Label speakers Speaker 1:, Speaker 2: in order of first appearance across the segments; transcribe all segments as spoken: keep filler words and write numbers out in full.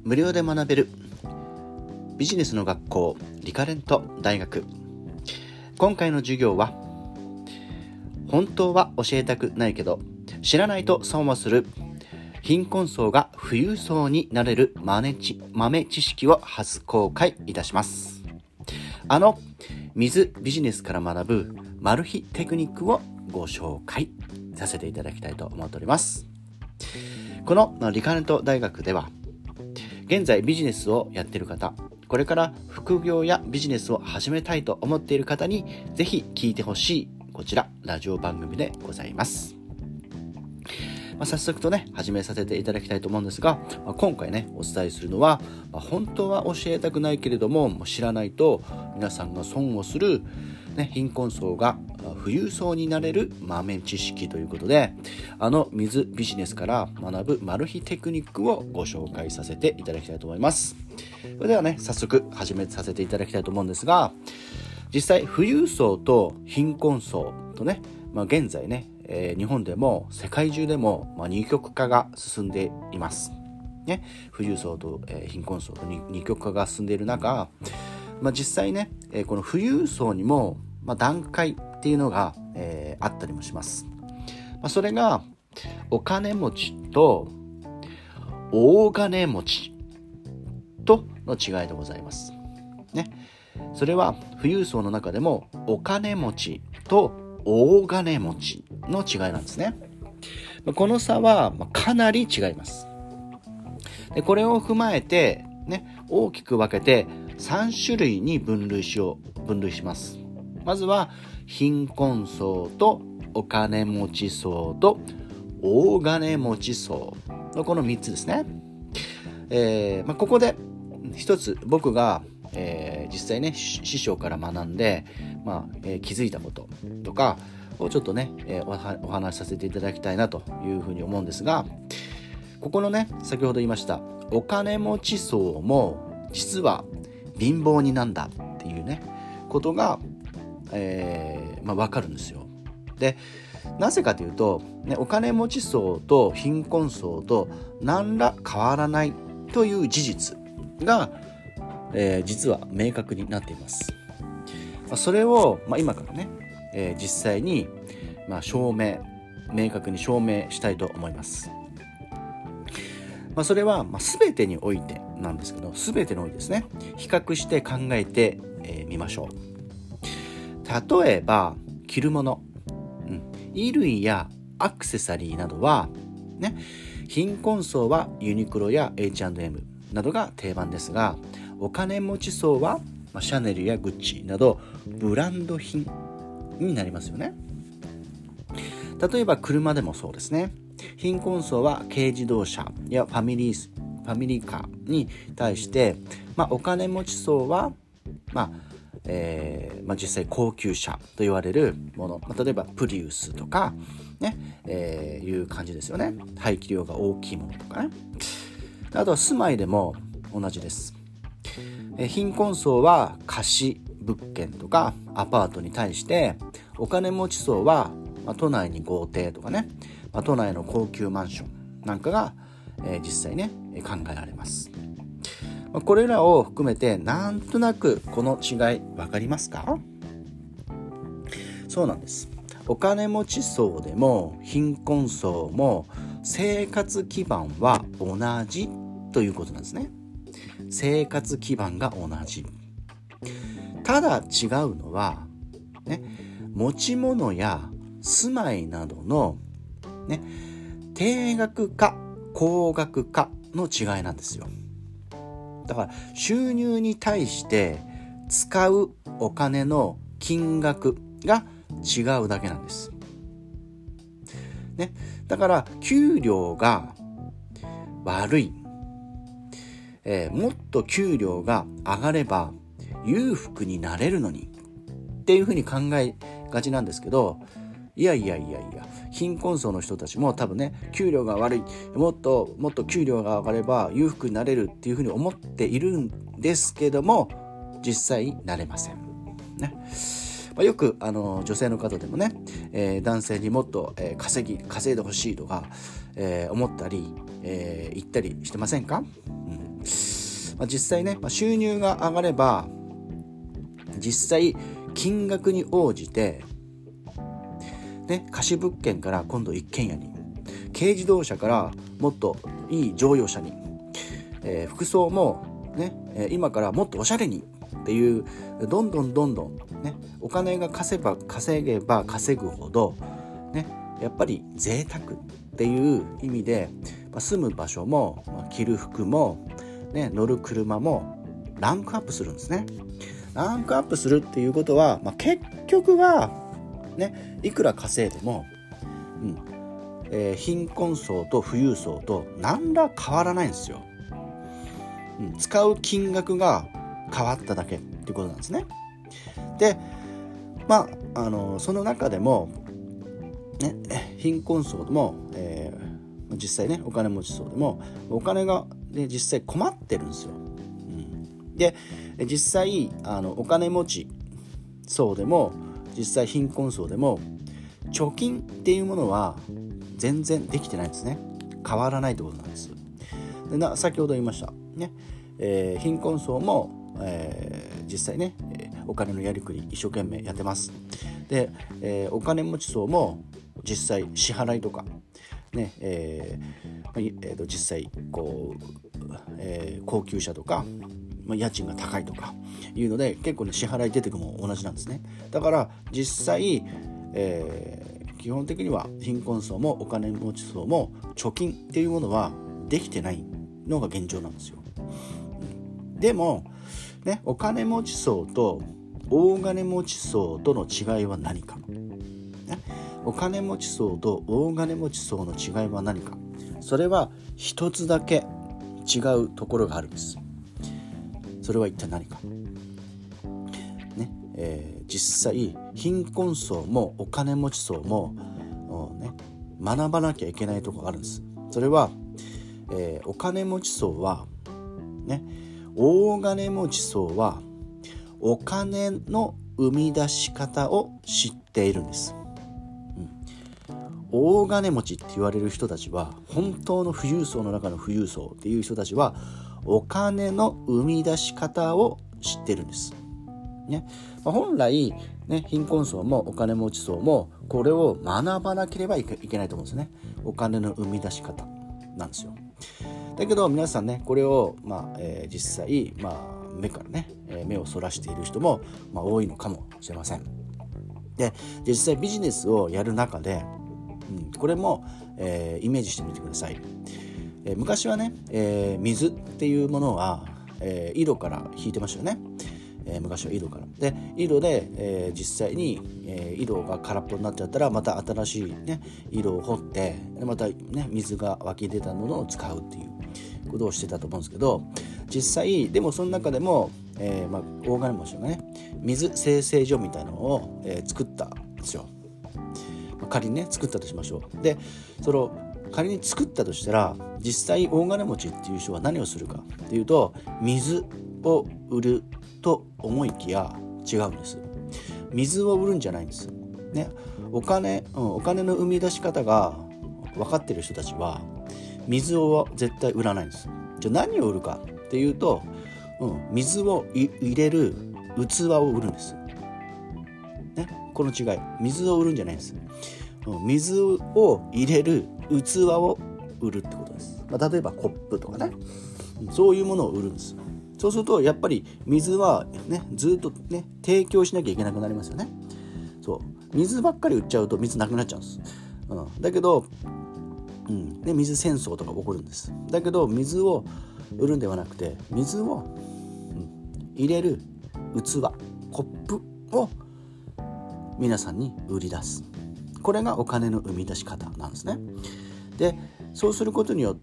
Speaker 1: 無料で学べるビジネスの学校リカレント大学。今回の授業は、本当は教えたくないけど知らないと損をする貧困層が富裕層になれる豆知識を初公開いたします。あの水ビジネスから学ぶマル秘テクニックをご紹介させていただきたいと思っております。このリカレント大学では、現在ビジネスをやっている方、これから副業やビジネスを始めたいと思っている方にぜひ聞いてほしいこちらラジオ番組でございます。まあ、早速とね始めさせていただきたいと思うんですが、まあ、今回ねお伝えするのは、まあ、本当は教えたくないけれども知らないと皆さんが損をする、ね、貧困層が富裕層になれる豆知識ということで、あの水ビジネスから学ぶマル秘テクニックをご紹介させていただきたいと思います。それではね早速始めさせていただきたいと思うんですが、実際富裕層と貧困層とね、まあ、現在ね、えー、日本でも世界中でも、まあ、二極化が進んでいますね。富裕層と、えー、貧困層と 二, 二極化が進んでいる中、まあ、実際ね、えー、この富裕層にも、まあ、段階っていうのが、えー、あったりもします。まあ、それがお金持ちと大金持ちとの違いでございますね。それは富裕層の中でもお金持ちと大金持ちの違いなんですね。この差はかなり違います。でこれを踏まえて、ね、大きく分けてさん種類に分類しよう分類します。まずは貧困層とお金持ち層と大金持ち層のこのみっつですね。えーまあ、ここで一つ僕が、えー、実際ね師匠から学んで、まあえー、気づいたこととかをちょっとね、えー、お, はお話しさせていただきたいなというふうに思うんですが、ここのね先ほど言いましたお金持ち層も実は貧乏人なんだっていうねことが、えーまあ、分かるんですよ。でなぜかというと、ね、お金持ち層と貧困層と何ら変わらないという事実が、えー、実は明確になっています。まあ、それを、まあ、今からね、えー、実際に、まあ、証明明確に証明したいと思います。まあ、それは、まあ、全てにおいてなんですけど、全てにおいてですね比較して考えてみ、えー、ましょう。例えば着るもの、うん、衣類やアクセサリーなどはね、貧困層はユニクロや エイチアンドエム などが定番ですが、お金持ち層は、まあ、シャネルやグッチなどブランド品になりますよね。例えば車でもそうですね。貧困層は軽自動車やファミリー、ファミリーカーに対して、まあ、お金持ち層は、まあえーまあ、実際高級車と言われるもの、まあ、例えばプリウスとか、ねえー、いう感じですよね。排気量が大きいものとかね。あとは住まいでも同じです。えー、貧困層は貸し物件とかアパートに対して、お金持ち層は、まあ、都内に豪邸とかね、まあ、都内の高級マンションなんかが、えー、実際ね考えられます。まあ、これらを含めてなんとなくこの違い分かりますか？そうなんです。お金持ち層でも貧困層も生活基盤は同じということなんですね。生活基盤が同じ。ただ違うのは、ね、持ち物や住まいなどの、ね、低額か高額かの違いなんですよ。だから収入に対して使うお金の金額が違うだけなんです、ね、だから給料が悪い、えー、もっと給料が上がれば裕福になれるのにっていうふうに考えがちなんですけど、いやいやいやいや、貧困層の人たちも多分ね、給料が悪い、もっともっと給料が上がれば裕福になれるっていうふうに思っているんですけども、実際なれませんね。まあ、よくあの女性の方でもね、えー、男性にもっと、えー、稼ぎ稼いでほしいとか、えー、思ったり、えー、言ったりしてませんか？うんまあ、実際ね、まあ、収入が上がれば実際金額に応じて、ね、貸物件から今度一軒家に、軽自動車からもっといい乗用車に、えー、服装も、ね、今からもっとおしゃれにっていう、どんどんどんどん、ね、お金が稼げば稼げば稼ぐほど、ね、やっぱり贅沢っていう意味で、まあ、住む場所も、まあ、着る服も、ね、乗る車もランクアップするんですね。ランクアップするっていうことは、まあ、結局は、ね、いくら稼いでも、うんえー、貧困層と富裕層と何ら変わらないんですよ、うん、使う金額が変わっただけっていうことなんですね。で、まあ、あのその中でも、ね、貧困層でも、えー、実際ねお金持ち層でもお金が、ね、実際困ってるんですよ、うん、で実際あのお金持ち層でも実際貧困層でも貯金っていうものは全然できてないんですね。変わらないってことなんです。でな先ほど言いましたね、えー、貧困層も、えー、実際ねお金のやりくり一生懸命やってます。で、えー、お金持ち層も実際支払いとかね、えーえー、と実際こう、えー、高級車とかまあ、家賃が高いとかいうので結構ね支払い出てくるのも同じなんですね。だから実際、えー、基本的には貧困層もお金持ち層も貯金っていうものはできてないのが現状なんですよ、うん、でもねお金持ち層と大金持ち層との違いは何か、ね、お金持ち層と大金持ち層の違いは何か。それは一つだけ違うところがあるんです。それは一体何か、ねえー、実際貧困層もお金持ち層も、ね、学ばなきゃいけないところがあるんです。それは、えー、お金持ち層は、ね、大金持ち層はお金の生み出し方を知っているんです、うん、大金持ちって言われる人たちは本当の富裕層の中の富裕層っていう人たちはお金の生み出し方を知ってるんです、ねまあ、本来、ね、貧困層もお金持ち層もこれを学ばなければいけないと思うんですね。お金の生み出し方なんですよ。だけど皆さんねこれを、まあえー、実際、まあ、目からね、えー、目をそらしている人も、まあ、多いのかもしれません。で実際ビジネスをやる中で、うん、これも、えー、イメージしてみてください。えー、昔はね、えー、水っていうものは、えー、井戸から引いてましたよね、えー、昔は井戸からで井戸で、えー、実際に、えー、井戸が空っぽになっちゃったらまた新しい、ね、井戸を掘ってまた、ね、水が湧き出たものを使うっていうことをしてたと思うんですけど、実際でもその中でも、えーまあ、大金持ちがね水精製所みたいなのを、えー、作ったんですよ。まあ、仮にね作ったとしましょう。でその仮に作ったとしたら実際大金持ちっていう人は何をするかっていうと水を売ると思いきや違うんです。水を売るんじゃないんです、ね、お金、うん、お金の生み出し方が分かってる人たちは水を絶対売らないんです。じゃあ何を売るかっていうと、うん、水を入れる器を売るんです、ね、この違い。水を売るんじゃないんです。水を入れる器を売るってことです、まあ、例えばコップとかねそういうものを売るんです。そうするとやっぱり水はねずっとね提供しなきゃいけなくなりますよね。そう水ばっかり売っちゃうと水なくなっちゃうんです、うん、だけど、うん、で水戦争とか起こるんです。だけど水を売るんではなくて水を、うん、入れる器コップを皆さんに売り出す。これがお金の生み出し方なんですね。でそうすることによって、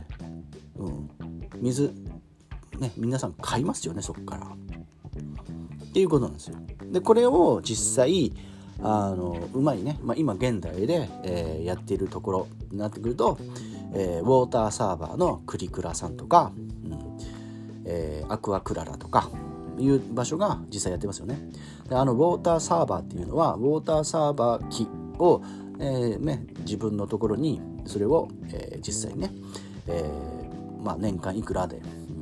Speaker 1: うん、水、ね、皆さん買いますよねそこからっていうことなんですよ。でこれを実際あのうまいね、まあ、今現代で、えー、やっているところになってくると、えー、ウォーターサーバーのクリクラさんとか、うんえー、アクアクララとかいう場所が実際やってますよね。であのウォーターサーバーっていうのはウォーターサーバー機を、えーね、自分のところにそれを、えー、実際にね、えーまあ、年間いくらで、うん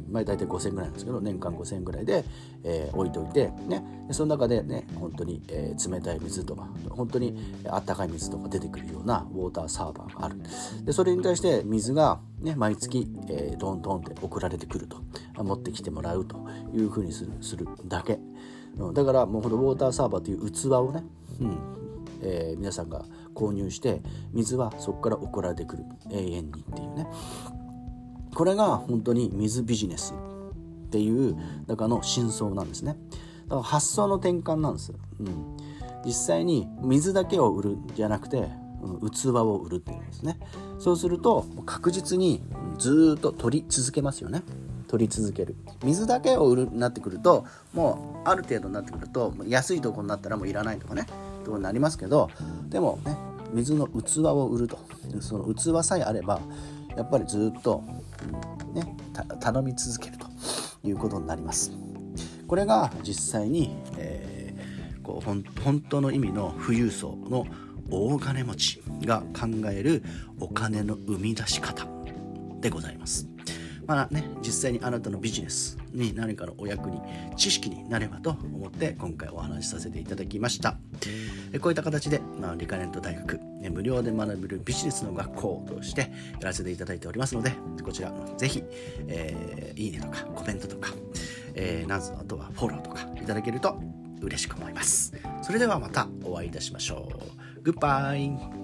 Speaker 1: まあ、大体ごせんえんぐらいなんですけど、年間ごせんえんぐらいで、えー、置いといて、ね、その中でね本当に、えー、冷たい水とか本当にあったかい水とか出てくるようなウォーターサーバーがある。でそれに対して水が、ね、毎月、えー、ドンドンって送られてくると、持ってきてもらうというふうにする、するだけ。だからもうほんとウォーターサーバーという器をね、うんえー、皆さんが購入して水はそこから送られてくる、永遠にっていうね。これが本当に水ビジネスっていう中の真相なんですね。だから発想の転換なんです、うん、実際に水だけを売るんじゃなくて、うん、器を売るっていうんですね。そうすると確実にずっと取り続けますよね。取り続ける。水だけを売るになってくると、もうある程度になってくると安いところになったらもういらないとかねとこになりますけど、でもね水の器を売ると、その器さえあればやっぱりずっと、うんね、頼み続けるということになります。これが実際に、えー、こうほん本当の意味の富裕層の大金持ちが考えるお金の生み出し方でございます。まあね、実際にあなたのビジネスに何かのお役に知識になればと思って今回お話しさせていただきました。こういった形で、まあ、リカレント大学無料で学べるビジネスの学校としてやらせていただいておりますので、こちらぜひ、えー、いいねとかコメントとか、えー、なんぞあとはフォローとかいただけると嬉しく思います。それではまたお会いいたしましょう。グッバイ。